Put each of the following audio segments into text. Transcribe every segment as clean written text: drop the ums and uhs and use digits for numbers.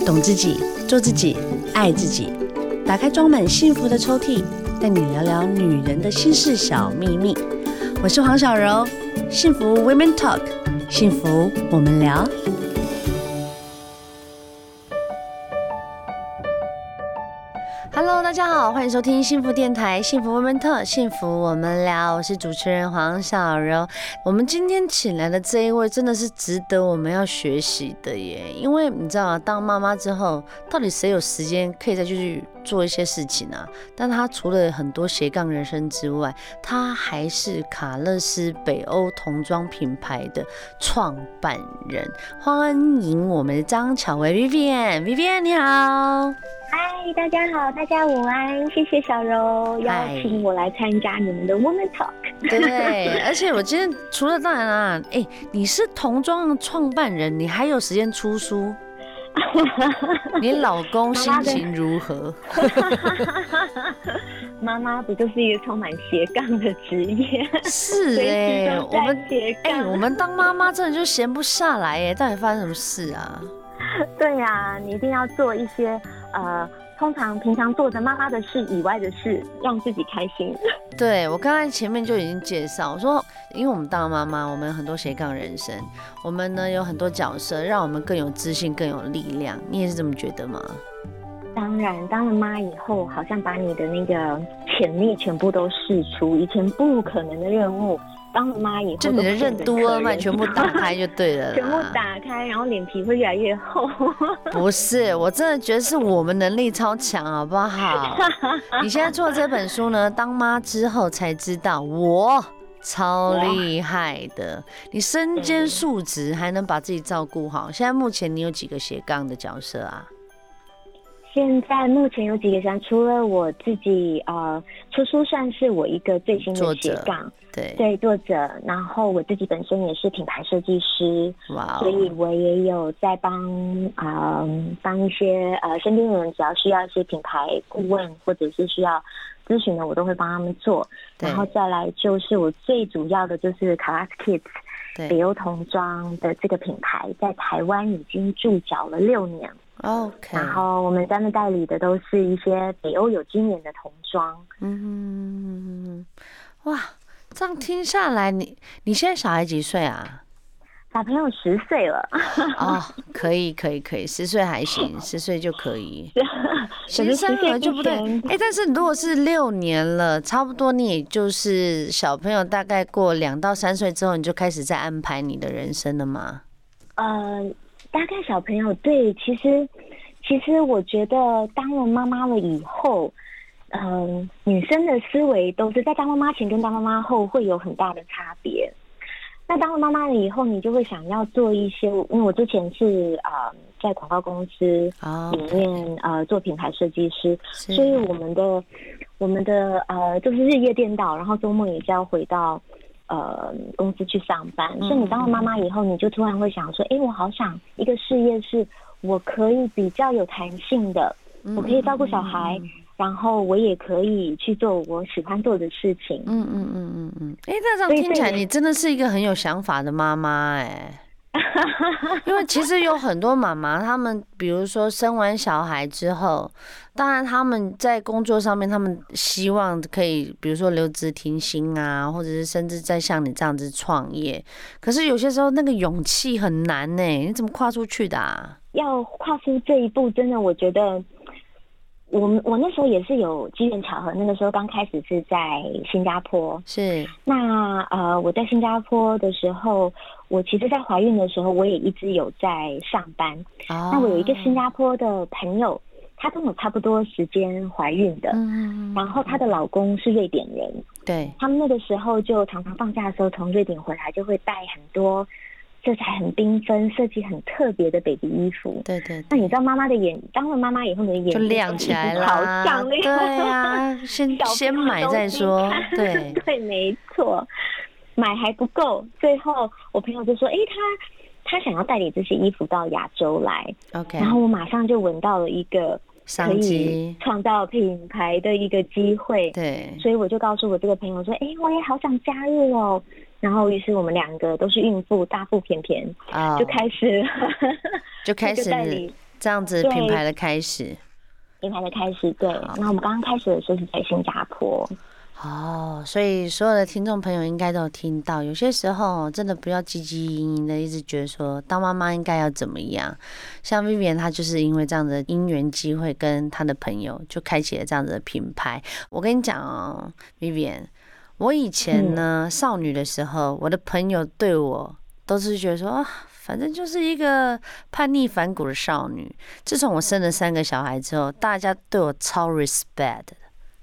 懂自己，做自己，爱自己。打开装满幸福的抽屉，带你聊聊女人的心事小秘密。我是黄小柔，幸福 Women Talk， 幸福我们聊。Hello， 大家好，欢迎收听幸福电台，幸福 Women Talk， 幸福我们聊。我是主持人黄小柔。我们今天请来的这一位真的是值得我们要学习的耶，因为你知道吗？当妈妈之后，到底谁有时间可以再去做一些事情啊？但她除了很多斜杠人生之外，她还是卡乐斯北欧童装品牌的创办人。欢迎我们的张巧薇 Vivian 你好。 嗨，大家好，大家午安，谢谢小柔邀请我来参加你们的 Women Talk。 对，而且我今天除了当然啦，你是童装的创办人，你还有时间出书。你老公心情如何？ 妈妈不就是一个充满斜杠的职业？ 是我们当妈妈真的就闲不下来耶，到底发生什么事啊？ 对啊，你一定要做一些通常平常做的妈妈的事以外的事，让自己开心。 对，我刚才前面就已经介绍，我说因为我们当妈妈，我们有很多斜杠人生，我们呢有很多角色，让我们更有自信、更有力量。你也是这么觉得吗？ 当然，当了妈以后，好像把你的那个潜力全部都释出，以前不可能的任务。当了妈以后， 就你的任督二脉全部打开就对了啦， 全部打开，然后脸皮会越来越厚。 不是，我真的觉得是我们能力超强，好不好？你现在做这本书呢，当妈之后才知道，我超厉害的。你身兼数职，还能把自己照顾好。现在目前你有几个斜杠的角色啊？ 现在目前有几个斜，除了我自己出书算是我一个最新的斜杠，对作者，然后我自己本身也是品牌设计师，所以我也有在帮一些身边的人，只要需要一些品牌顾问或者是需要咨询的，我都会帮他们做。然后再来就是我最主要的就是卡拉斯 Kids 北欧童装的这个品牌，在台湾已经驻脚了6年。 OK， 然后我们专门代理的都是一些北欧有经验的童装。 哇，这样听下来，你现在小孩几岁啊？ 小朋友10岁了。 哦，可以，10岁还行，10岁就可以。 新生儿就不对。但是如果是6年了，差不多你也就是小朋友大概过2到3岁之后，你就开始在安排你的人生了吗？ 大概小朋友对，其实我觉得当了妈妈了以后，女生的思维都是在当妈妈前跟当妈妈后会有很大的差别。那当了妈妈了以后，你就会想要做一些，因为我之前是在广告公司里面做品牌设计师，所以我们的就是日夜颠倒，然后周末也是要回到公司去上班。所以你当了妈妈以后，你就突然会想说，我好想一个事业是我可以比较有弹性的，我可以照顾小孩，然后我也可以去做我喜欢做的事情。 那这样听起来你真的是一个很有想法的妈妈因为其实有很多妈妈，她们比如说生完小孩之后，当然他们在工作上面，他们希望可以比如说留职停薪啊，或者是甚至在像你这样子创业。可是有些时候那个勇气很难你怎么跨出去的啊？ 要跨出这一步，真的我觉得我那时候也是有机缘巧合，那个时候刚开始是在新加坡。 是。 那我在新加坡的时候，我其实在怀孕的时候，我也一直有在上班。那我有一个新加坡的朋友，她跟我差不多时间怀孕的，然后她的老公是瑞典人。 对。他们那个时候就常常放假的时候从瑞典回来，就会带很多色彩很缤纷、设计很特别的 baby 衣服。 对。 那你知道妈妈的眼，当了妈妈以后，你的眼就亮起来了，好亮。对啊，先买再说。对对，没错，买还不够。最后我朋友就说：“他想要带你这些衣服到亚洲来。” OK， 然后我马上就闻到了一个可以创造品牌的一个机会。 对， 所以我就告诉我这个朋友说：“我也好想加入哦。”然后于是我们2个都是孕妇，大腹便便，就开始这样子品牌的开始。 品牌的开始，对。那我们刚刚开始的时候是在新加坡。 所以所有的听众朋友应该都有听到，有些时候真的不要汲汲营营的一直觉得说当妈妈应该要怎么样。像 Vivian 她就是因为这样的因缘机会，跟她的朋友就开启了这样子的品牌。我跟你讲哦 ，Vivian， 我以前呢少女的时候，我的朋友对我都是觉得说啊，反正就是一个叛逆反骨的少女。自从我生了3个小孩之后，大家对我超 respect 的。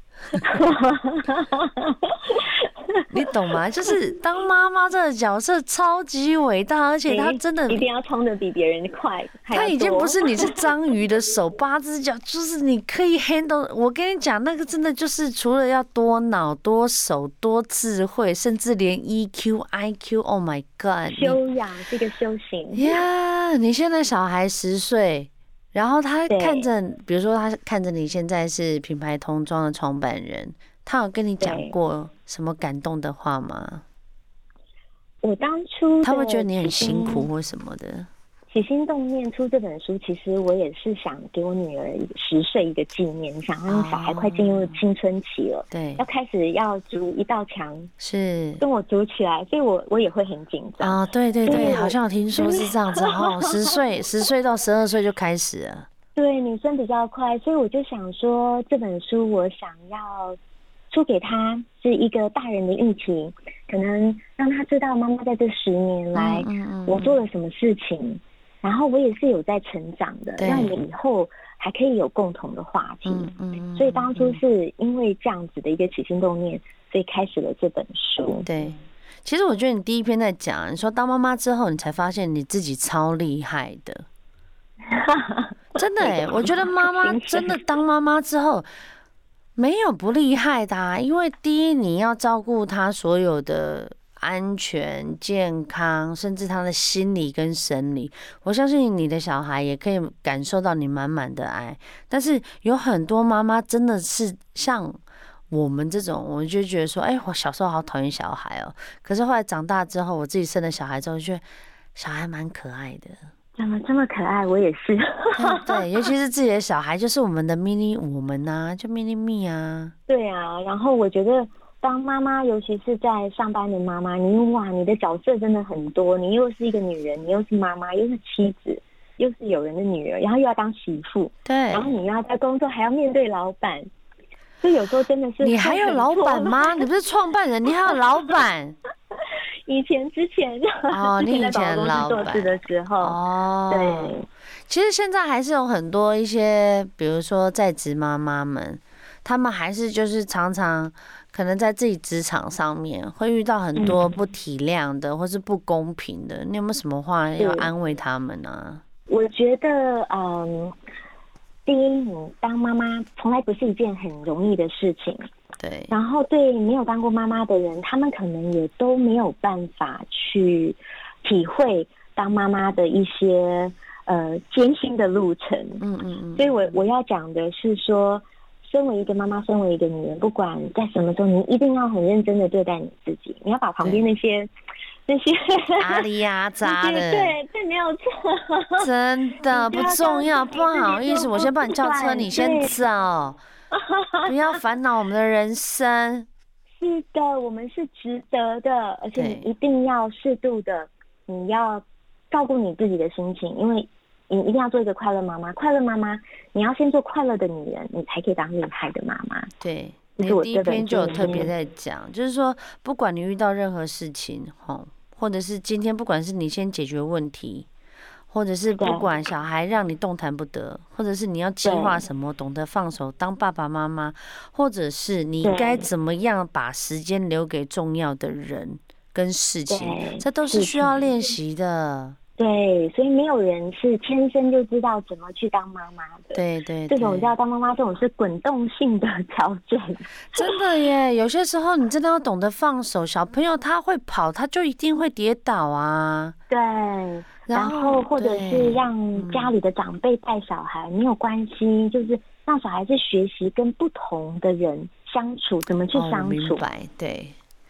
你懂吗？就是当妈妈这个角色超级伟大，而且她真的一定要冲得比别人快。 她已经不是你是章鱼的手8只脚，就是你可以 handle。我跟你讲，那个真的就是除了要多脑、多手、多智慧，甚至连 EQ、IQ，Oh my God， 修养是一个修行呀。你现在小孩10岁。然后他看着，比如说他看着你现在是品牌童装的创办人，他有跟你讲过什么感动的话吗？ 我当初他会觉得你很辛苦或什么的。 起心动念出这本书，其实我也是想给我女儿10岁一个纪念，想让小孩快进入青春期了， 对， 要开始要筑一道墙， 是跟我筑起来，所以我也会很紧张啊。对对对，好像有听说是这样子哦，10岁到12岁就开始了。 对，女生比较快，所以我就想说这本书我想要出给她是一个大人的预期，可能让她知道妈妈在这10年来我做了什么事情。然后我也是有在成长的，让我们以后还可以有共同的话题。所以当初是因为这样子的一个起心动念，所以开始了这本书。 对，其实我觉得你第一篇在讲，你说当妈妈之后，你才发现你自己超厉害的，真的我觉得妈妈真的当妈妈之后没有不厉害的啊，因为第一你要照顾她所有的安全、健康，甚至他的心理跟生理，我相信你的小孩也可以感受到你满满的爱。但是有很多妈妈真的是像我们这种，我就觉得说，我小时候好讨厌小孩哦，可是后来长大之后，我自己生了小孩之后，就觉得小孩蛮可爱的。 长得这么可爱，我也是。 对，尤其是自己的小孩，就是我们的 mini 我们啊，就 mini me 啊。 对啊，然后我觉得。当妈妈，尤其是在上班的妈妈，你的角色真的很多，你又是一个女人，你又是妈妈，又是妻子，又是有人的女儿，然后又要当媳妇， 对， 然后你要在工作还要面对老板，所以有时候真的是你还有老板吗？你不是创办人，你还有老板？ 之前你以前老板做事的时候，对， 其实现在还是有很多一些，比如说在职妈妈们，他们还是就是常常。可能在自己职场上面会遇到很多不体谅的，或是不公平的。你有没有什么话要安慰他们呢？ 我觉得，第一，你当妈妈从来不是一件很容易的事情。 对。 然后对没有当过妈妈的人，他们可能也都没有办法去体会当妈妈的一些艰辛的路程。所以我要讲的是说。身为一个妈妈，身为一个女人，不管在什么时候，你一定要很认真的对待你自己。你要把旁边那些阿里呀渣的， 对，没有错， 真的不重要。不好意思，我先帮你叫车，你先走，不要烦恼我们的人生。 是的，我们是值得的，而且你一定要适度的，你要照顾你自己的心情，因为。你一定要做一个快乐妈妈，快乐妈妈，你要先做快乐的女人，你才可以当厉害的妈妈。 对，你第一篇就有特别在讲，就是说，不管你遇到任何事情，或者是今天不管是你先解决问题，或者是不管小孩让你动弹不得，或者是你要计划什么，懂得放手当爸爸妈妈，或者是你该怎么样把时间留给重要的人跟事情，这都是需要练习的。 对，所以没有人是天生就知道怎么去当妈妈的。 对， 这种叫当妈妈，这种是滚动性的调整。 真的耶，有些时候你真的要懂得放手。小朋友他会跑，他就一定会跌倒啊。 对，然后或者是让家里的长辈带小孩，没有关系，就是让小孩子学习跟不同的人相处，怎么去相处。 明白，对。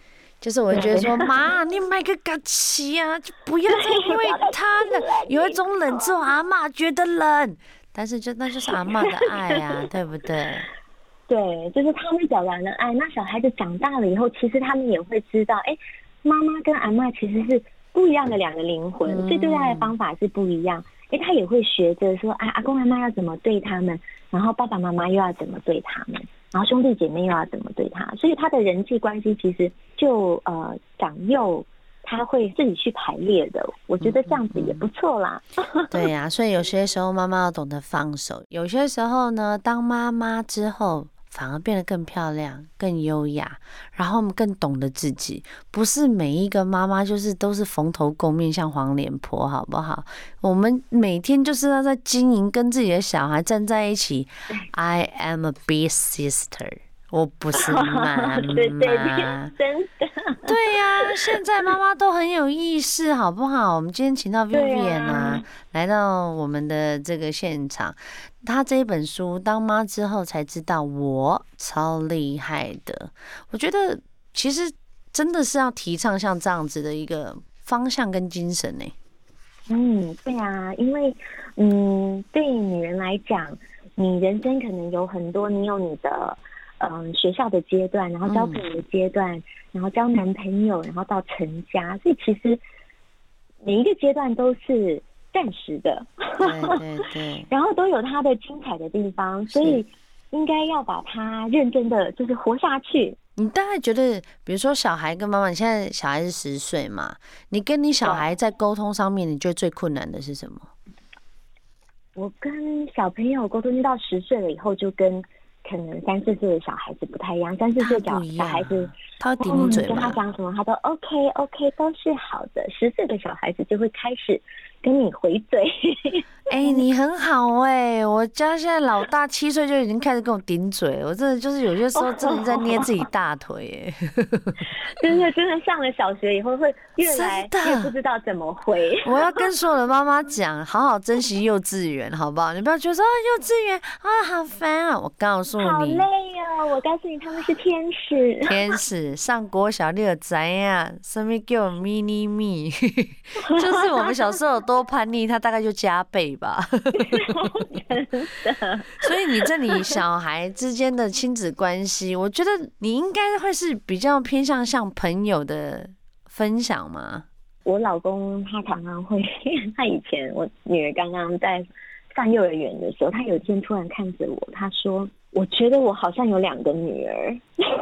就是我会觉得说，妈，你买个嘎奇啊，就不要再因为他了。有一种冷，只有阿嬷觉得冷，但是那就是阿嬷的爱啊，对不对？ 对，就是他们表达的爱。那小孩子长大了以后，其实他们也会知道，哎，妈妈跟阿嬷其实是不一样的两个灵魂，所以对待的方法是不一样。哎，他也会学着说，啊，阿公阿嬷要怎么对他们，然后爸爸妈妈又要怎么对他们。然后兄弟姐妹又要怎么对他，所以他的人际关系其实就长幼他会自己去排列的，我觉得这样子也不错啦。 对呀，所以有些时候妈妈要懂得放手，有些时候呢，当妈妈之后反而变得更漂亮、更优雅，然后更懂得自己。不是每一个妈妈都是蓬头垢面像黄脸婆，好不好？我们每天就是要在经营，跟自己的小孩站在一起。I am a big sister。我不是妈妈， 对，真的。 对呀，现在妈妈都很有意识，好不好？我们今天请到 Vivian 啊，来到我们的这个现场。她这一本书当妈之后才知道，我超厉害的。我觉得其实真的是要提倡像这样子的一个方向跟精神呢。 对啊，因为对女人来讲，你人生可能有很多，你有你的。学校的阶段，然后交朋友的阶段，然后交男朋友，然后到成家，所以其实每一个阶段都是暂时的， 对， 然后都有它的精彩的地方，所以应该要把它认真的就是活下去。 你大概觉得，比如说小孩跟妈妈，你现在小孩是10岁嘛？你跟你小孩在沟通上面，你觉得最困难的是什么？ 我跟小朋友沟通到10岁了以后，就跟可能3、4岁的小孩子不太一样，3、4岁小孩子， 他会顶你嘴跟他讲什么，他都 OK 都是好的。10岁的小孩子就会开始跟你回嘴。 你很好我家现在老大7岁就已经开始跟我顶嘴，我真的就是有些时候真的在捏自己大腿真的上了小学以后会越来越不知道怎么回。 我要跟所有的妈妈讲，好好珍惜幼稚园，好不好？你不要觉得说幼稚园好烦啊！我告诉你， 好累哦！我告诉你，他们是天使。 天使上国小你就知道什么叫 mini me， 就是我们小时候有多叛逆，他大概就加倍吧。 真的。 所以你这里小孩之间的亲子关系，我觉得你应该会是比较偏向像朋友的分享吗？ 我老公他常常会，他以前我女儿刚刚在上幼儿园的时候，他有一天突然看着我，他说：“我觉得我好像有2个女儿。”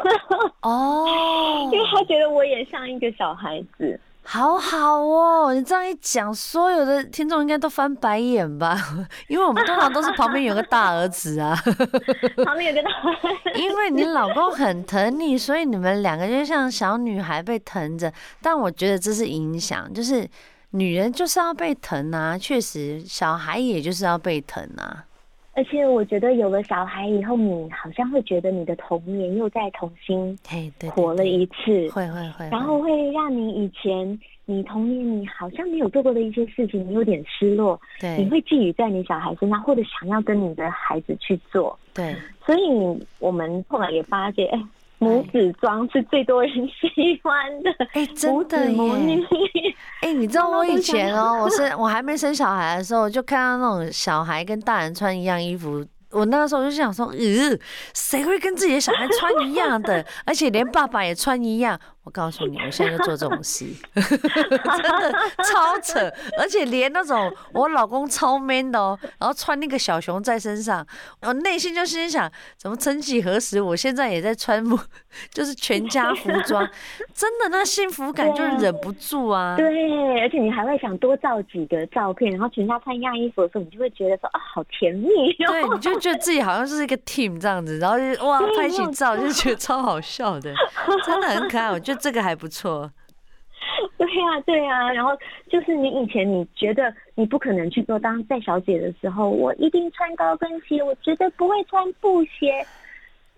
因为他觉得我也像一个小孩子。 好好哦，你这样一讲，所有的听众应该都翻白眼吧？因为我们通常都是旁边有个大儿子啊， 旁边有个大儿子。 因为你老公很疼你，所以你们2个就像小女孩被疼着。但我觉得这是影响，就是女人就是要被疼啊，确实，小孩也就是要被疼啊。 而且我觉得有了小孩以后，你好像会觉得你的童年又再重新活了一次， 会， 然后会让你以前你童年你好像没有做过的一些事情，你有点失落， 对， 你会寄予在你小孩身上，或者想要跟你的孩子去做， 对， 所以我们后来也发现，母子装是最多人喜欢的， 真的耶！你知道我以前我还没生小孩的时候，就看到那种小孩跟大人穿一样衣服，我那个时候就想说，谁会跟自己的小孩穿一样的？而且连爸爸也穿一样。我告诉你，我现在就做这种事，真的超扯，而且连那种我老公超 man 的然后穿那个小熊在身上，我内心就心想，怎么曾几何时，我现在也在穿就是全家服装，真的那幸福感就忍不住啊。 对，而且你还会想多照几个照片，然后全家穿一样衣服的时候，你就会觉得说好甜蜜对，你就觉得自己好像是一个 team 这样子，然后就哇拍起照就觉得超好笑的，真的很可爱。我觉得这个还不错。 对啊，然后就是你以前你觉得你不可能去做当带小姐的时候，我一定穿高跟鞋，我绝对不会穿布鞋。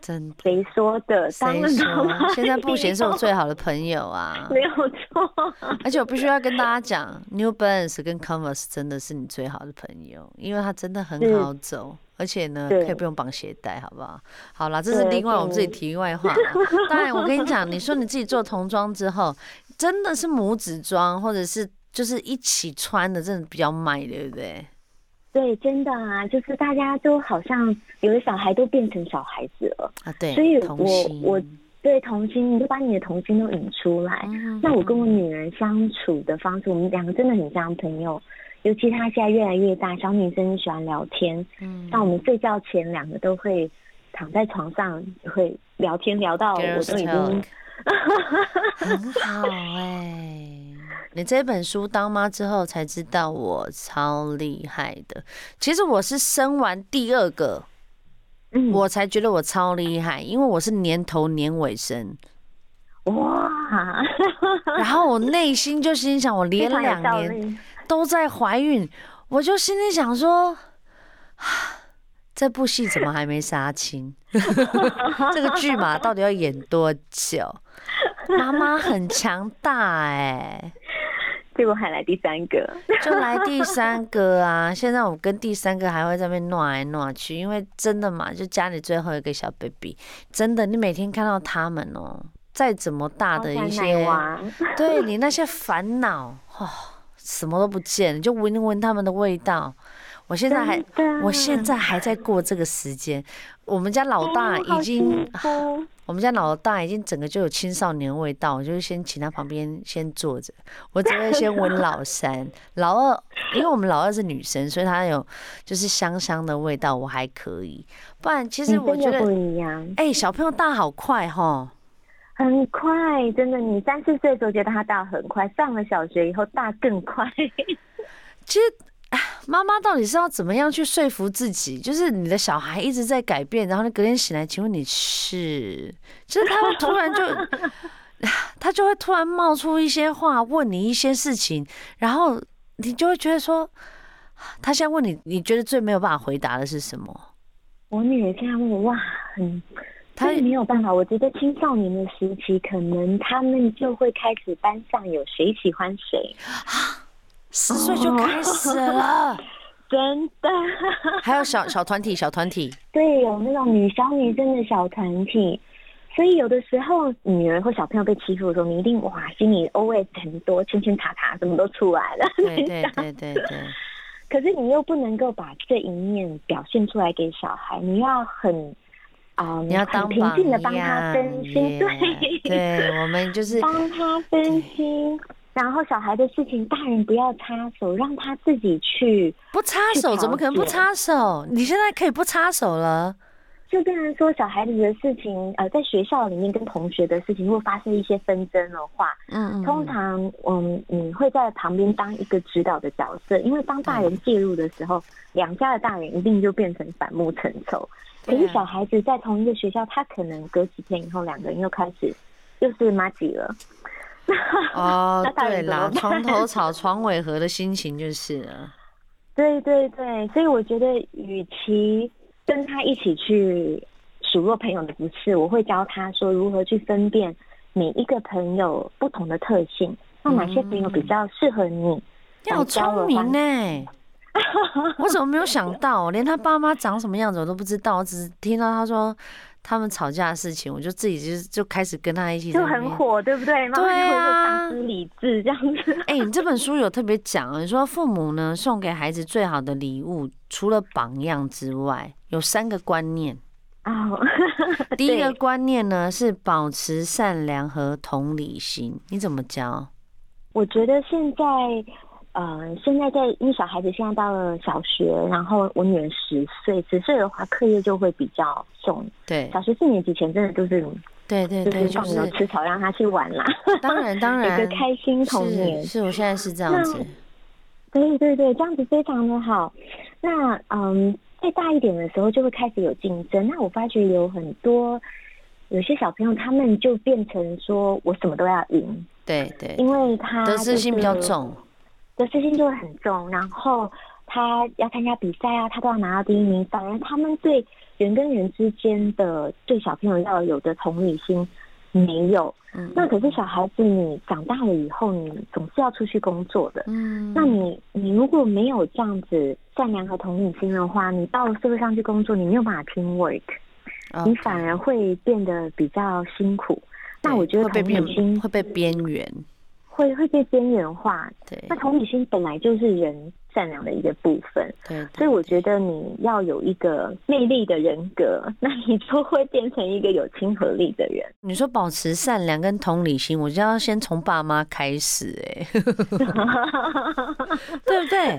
真的。 谁说的？当然说？现在布贤是我最好的朋友啊， 没有错。 而且我必须要跟大家讲 ，New Balance 跟 Converse 真的是你最好的朋友，因为它真的很好走，而且呢可以不用绑鞋带，好不好？好啦，这是另外我们自己题外话啦。当然，我跟你讲，你说你自己做童装之后，真的是母子装或者是就是一起穿的，真的比较卖，对不对？ 对，真的啊，就是大家都好像有的小孩都变成小孩子了啊，对， 所以我对童心，你就把你的童心都引出来。那我跟我女儿相处的方式，我们两个真的很像朋友，尤其她现在越来越大，小女生喜欢聊天，像我们睡觉前两个都会躺在床上会聊天，聊到我都已经很好你这本书当妈之后才知道我超厉害的。其实我是生完第二个，我才觉得我超厉害，因为我是年头年尾生。哇！然后我内心就心想，我连2年都在怀孕，我就心里想说，这部戏怎么还没杀青？这个剧嘛，到底要演多久？妈妈很强大结果还来第3个， 就来第3个啊！现在我跟第3个还会在那边闹来闹去，因为真的嘛，就家里最后一个小 baby， 真的，你每天看到他们再怎么大的一些，对你那些烦恼什么都不见，你就闻一闻他们的味道。我现在还在过这个时间。我们家老大已经，整个就有青少年味道，我就先请他旁边先坐着，我只会先闻老3、老2，因为我们老2是女生，所以她有就是香香的味道，我还可以。不然其实我觉得不一样。 小朋友大好快很快，真的，你3、4岁的时候觉得他大很快，上了小学以后大更快。 其实妈妈到底是要怎么样去说服自己？就是你的小孩一直在改变，然后你隔天醒来，请问你是？就是他会突然他就会突然冒出一些话，问你一些事情，然后你就会觉得说，他现在问你，你觉得最没有办法回答的是什么？ 我女儿现在问我，哇，他也没有办法。我觉得青少年的时期，可能他们就会开始班上有谁喜欢谁。 10岁就开始了， 真的。 还有小团体， 对，有那种小女生的小团体。所以有的时候女儿或小朋友被欺负的时候，你一定心里 OS 很多，圈圈叉叉什么都出来了。 对。 可是你又不能够把这一面表现出来给小孩，你要很很平静的帮他分心。 对，我们就是帮他分心。然后小孩的事情，大人不要插手，让他自己去。 不插手怎么可能不插手？你现在可以不插手了。 就变成说，小孩子的事情，在学校里面跟同学的事情，如果发生一些纷争的话，通常你会在旁边当一个指导的角色，因为当大人介入的时候，两家的大人一定就变成反目成仇。可是小孩子在同一个学校，他可能隔几天以后，两个人又开始就是麻吉了。 对啦，床头吵床尾和的心情就是了。 对，所以我觉得，与其跟他一起去数落朋友的不是，我会教他说如何去分辨每一个朋友不同的特性，那哪些朋友比较适合你。 好聪明我怎么没有想到？连他爸妈长什么样子我都不知道，我只是听到他说他们吵架的事情，我就自己就开始跟他一起， 就很火，对不对？ 对啊，丧失理智这样子。 你这本书有特别讲，你说父母呢送给孩子最好的礼物，除了榜样之外，有3个观念。第一个观念呢是保持善良和同理心，你怎么教？ 我觉得现在因为小孩子现在到了小学，然后我女儿10岁的话，课业就会比较重。对，小学4年级前真的就是对， 就是放牛吃草，让他去玩啦。当然，有个开心童年。 是我现在是这样子。 对，这样子非常的好。那再大一点的时候，就会开始有竞争。那我发觉有些小朋友，他们就变成说我什么都要赢。对，因为他得失心比较重。 得失心就会很重，然后他要参加比赛啊，他都要拿到第一名，反而他们对人跟人之间的对小朋友要有的同理心没有。那可是小孩子你长大了以后，你总是要出去工作的。那你如果没有这样子善良和同理心的话，你到了社会上去工作，你没有办法 team work，你反而会变得比较辛苦。那我觉得同理心会被边缘， 会被边缘化。 对， 那同理心本来就是人善良的一个部分。 对， 所以我觉得你要有一个魅力的人格，那你就会变成一个有亲和力的人。 你说保持善良跟同理心，我就要先从爸妈开始，对不对？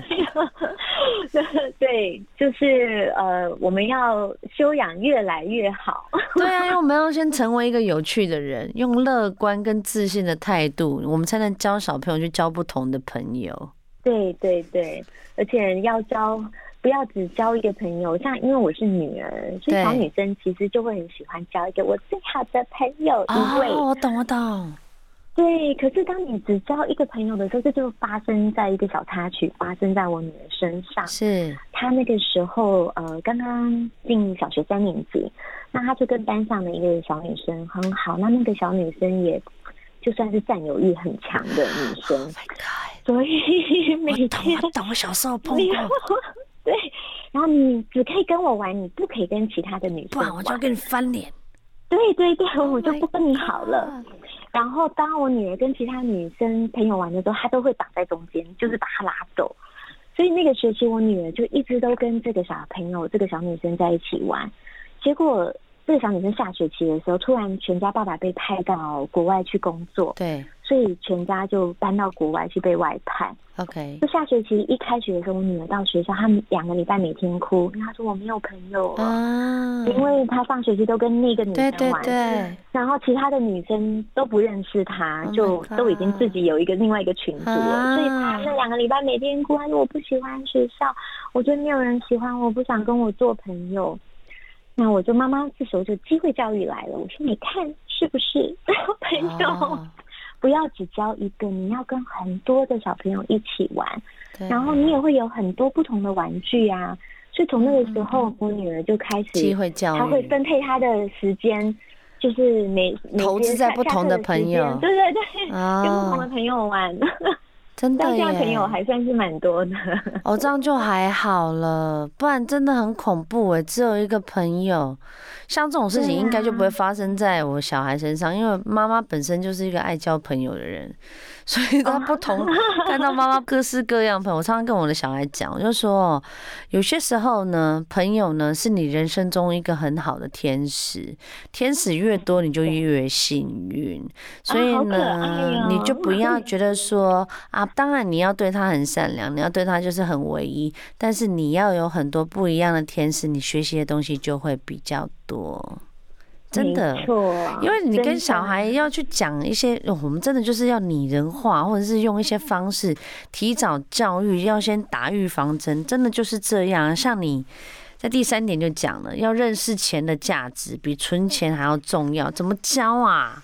对，就是我们要修养越来越好。 对啊，因为我们要先成为一个有趣的人，用乐观跟自信的态度，我们才能教小朋友去交不同的朋友。 对对对，而且不要只交一个朋友，像因为我是女儿，所以小女生其实就会很喜欢交一个我最好的朋友一位。 我懂。 对，可是当你只交一个朋友的时候，这就发生在一个小插曲，发生在我女儿身上。 是， 她那个时候刚刚进小学3年级，那她就跟班上的一个小女生很好，那个小女生也就算是占有欲很强的女生。 Oh my God， 所以每天我懂，我小时候碰过。 对，然后你只可以跟我玩，你不可以跟其他的女生玩， 不然我就要跟你翻脸。 对，我就不跟你好了。然后当我女儿跟其他女生朋友玩的时候，她都会挡在中间，就是把她拉走。所以那个学期我女儿就一直都跟这个小朋友、这个小女生在一起玩。结果这个小女生下学期的时候，突然全家爸爸被派到国外去工作， 对， 所以全家就搬到国外去被外派。 OK， 就下学期一开学的时候，我女儿到学校，她2个礼拜每天哭，因为她说我没有朋友了，因为她上学期都跟那个女生玩， 对， 然后其他的女生都不认识她，就都已经自己有另外一个群组了，所以她那2个礼拜每天哭，她说我不喜欢学校，我觉得没有人喜欢我，不想跟我做朋友。那我就妈妈这时候就机会教育来了，我说你看是不是朋友？不要只交一个，你要跟很多的小朋友一起玩，然后你也会有很多不同的玩具啊。所以从那个时候，我女儿就开始机会教育， 她会分配她的时间，就是每投资在不同的朋友， 对，跟不同的朋友玩。 真的耶， 这样朋友还算是蛮多的。 这样就还好了，不然真的很恐怖耶，只有一个朋友。像这种事情应该就不会发生在我小孩身上，因为妈妈本身就是一个爱交朋友的人，所以他不同看到妈妈各式各样朋友。我常常跟我的小孩讲，我就说有些时候呢，朋友呢是你人生中一个很好的天使，天使越多你就越幸运，所以呢，你就不要觉得说当然你要对他很善良，你要对他就是很唯一，但是你要有很多不一样的天使，你学习的东西就会比较多。真的，因为你跟小孩要去讲一些，我们真的就是要拟人化，或者是用一些方式提早教育，要先打预防针，真的就是这样。像你在第3点就讲了，要认识钱的价值比存钱还要重要，怎么教啊？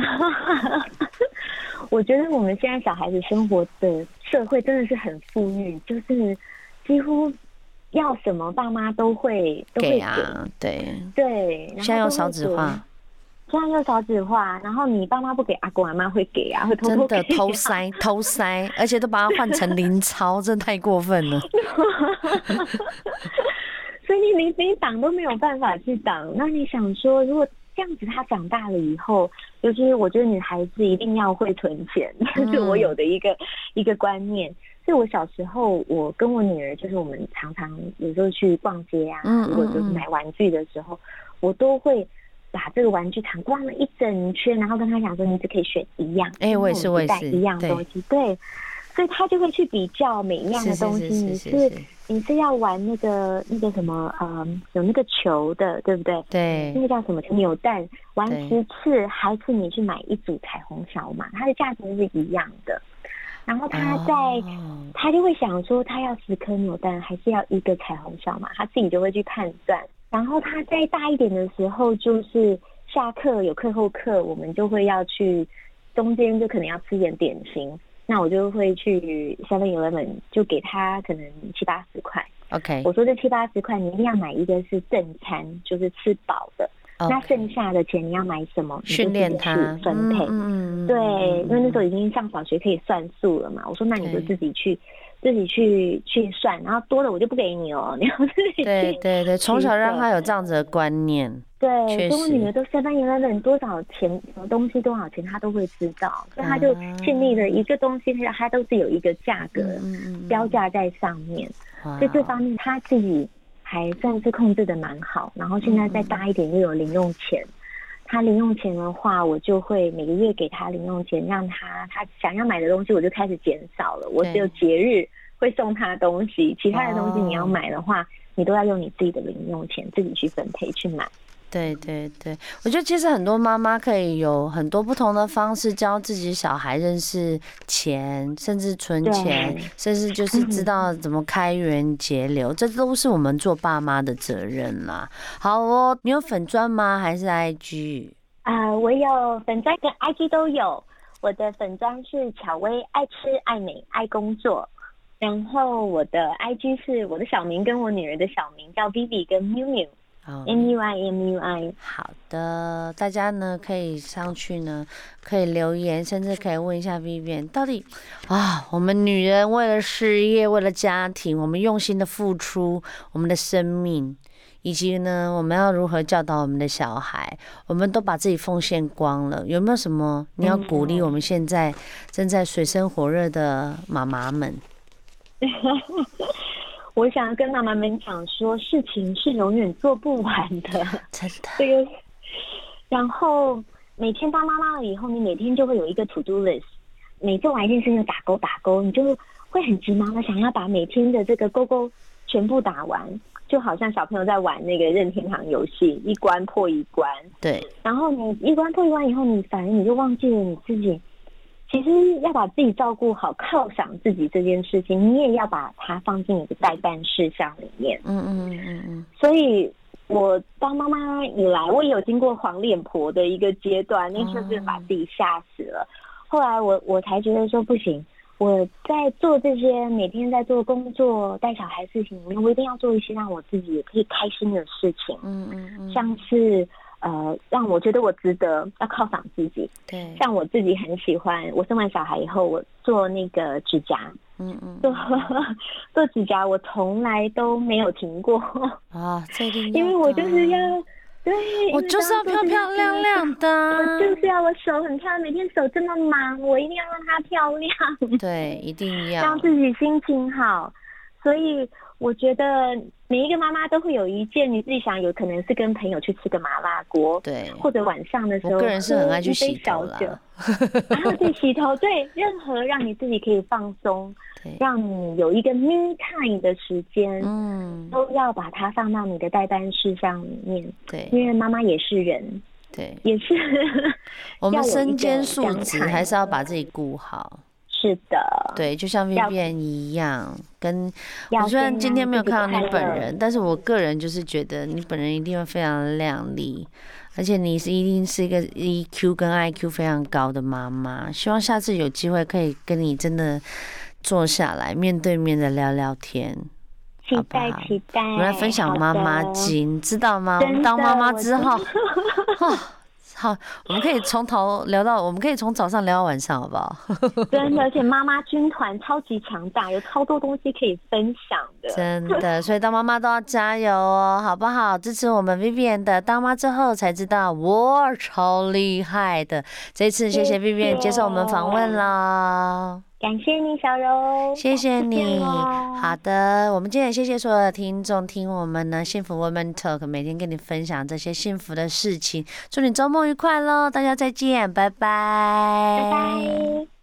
我觉得我们现在小孩子生活的社会真的是很富裕，就是几乎要什么爸妈都会给啊，对， 现在又少子化， 然后你爸妈不给，阿公阿妈会给啊，会偷偷给， 真的偷塞，而且都把它换成零钞，真的太过分了。 所以你挡都没有办法去挡。那你想说，如果这样子他长大了以后，尤其我觉得女孩子一定要会存钱，这是我有的一个观念。所以我小时候，我跟我女儿，就是我们常常有时候去逛街啊，如果就是买玩具的时候，我都会把这个玩具场逛了一整圈，然后跟她讲说，你只可以选一样， 我也是一样东西，对，所以她就会去比较每一样的东西，你是要玩那个什么有那个球的，对不对？ 对， 那个叫什么扭蛋，玩10次，还是你去买一组彩虹小马，它的价钱是一样的。然后他就会想说，他要10颗扭蛋，还是要1个彩虹小马，他自己就会去判断。然后他再大一点的时候，就是下课有课后课，我们就会要去中间就可能要吃点点心。 那我就会去 7-Eleven 就给他可能70-80块。 OK， 我说这70-80块你一定要买一个是正餐，就是吃饱的。那剩下的钱你要买什么？ 训练他分配。对，因为那时候已经上小学可以算数了嘛。我说那你就自己去算，然后多的我就不给你哦，你要自己去。 对，从小让他有这样子的观念。 对，所以我女儿都7-Eleven多少钱，什么东西多少钱，她都会知道，所以她就建立了一个东西，它都是有一个价格标价在上面，所以这方面她自己还算是控制的蛮好。然后现在再大一点又有零用钱，她零用钱的话，我就会每个月给她零用钱，让她想要买的东西我就开始减少了，我只有节日会送她东西，其他的东西你要买的话，你都要用你自己的零用钱自己去分配去买。 对，我觉得其实很多妈妈可以有很多不同的方式教自己小孩认识钱，甚至存钱，甚至就是知道怎么开源节流，这都是我们做爸妈的责任啦。好哦，你有粉专吗？还是 IG？ 我有粉专跟 IG 都有。我的粉专是巧薇，爱吃爱美爱工作。然后我的 IG 是我的小名跟我女儿的小名叫 Vivi 跟 MUI。 好的，大家呢可以上去呢，可以留言，甚至可以问一下 Vivian， 到底我们女人为了事业，为了家庭，我们用心的付出我们的生命，以及呢我们要如何教导我们的小孩，我们都把自己奉献光了。有没有什么你要鼓励我们现在正在水深火热的妈妈们？ 我想跟妈妈们讲说，事情是永远做不完的， 真的。 这个，然后每天当妈妈了以后，你每天就会有一个 to do list， 每做完一件事情打勾，你就会很急忙的想要把每天的这个勾勾全部打完，就好像小朋友在玩那个任天堂游戏，一关破一关。 对。 然后你一关破一关以后，反而你就忘记了你自己。其实要把自己照顾好，犒赏自己这件事情，你也要把它放进你的待办事项里面。所以我当妈妈以来，我也有经过黄脸婆的一个阶段，那时候真的把自己吓死了。后来我才觉得说不行，我在做这些每天在做工作带小孩事情里面，我一定要做一些让我自己也可以开心的事情。像是让我觉得我值得要犒赏自己。 对， 像我自己很喜欢，我生完小孩以后，我做那个指甲，做指甲，我从来都没有停过。 这一定要， 因为我就是要，对， 我就是要漂漂亮亮的， 我就是要我手很漂亮，每天手这么忙，我一定要让它漂亮。 对，一定要让自己心情好。所以我觉得每一个妈妈都会有一件你自己想，有可能是跟朋友去吃个麻辣锅， 对， 或者晚上的时候， 我个人是很爱去洗头啦， 然后去洗头，对，任何让你自己可以放松，让你有一个 me time 的时间，都要把它放到你的待办事项里面， 对， 因为妈妈也是人， 对， 也是我们身兼数职，还是要把自己顾好。 是的， 对，就像 Vivian 一样，我虽然今天没有看到你本人，但是我个人就是觉得你本人一定会非常亮丽，而且你一定是一个 EQ 跟 IQ 非常高的妈妈。希望下次有机会可以跟你真的坐下来面对面的聊聊天， 期待， 我们来分享妈妈经，知道吗？我们当妈妈之后，好，我们可以从头聊到，我们可以从早上聊到晚上，好不好？ 真的，而且妈妈军团超级强大，有超多东西可以分享的。 真的，所以当妈妈都要加油哦，好不好？支持我们 Vivian 的当妈之后才知道我超厉害的。这一次谢谢 Vivian 接受我们访问咯。 感谢你，小柔， 谢谢你。好的，我们今天也谢谢所有的听众听我们呢幸福 Women Talk， 每天跟你分享这些幸福的事情。祝你周末愉快咯，大家再见，拜拜， 拜拜。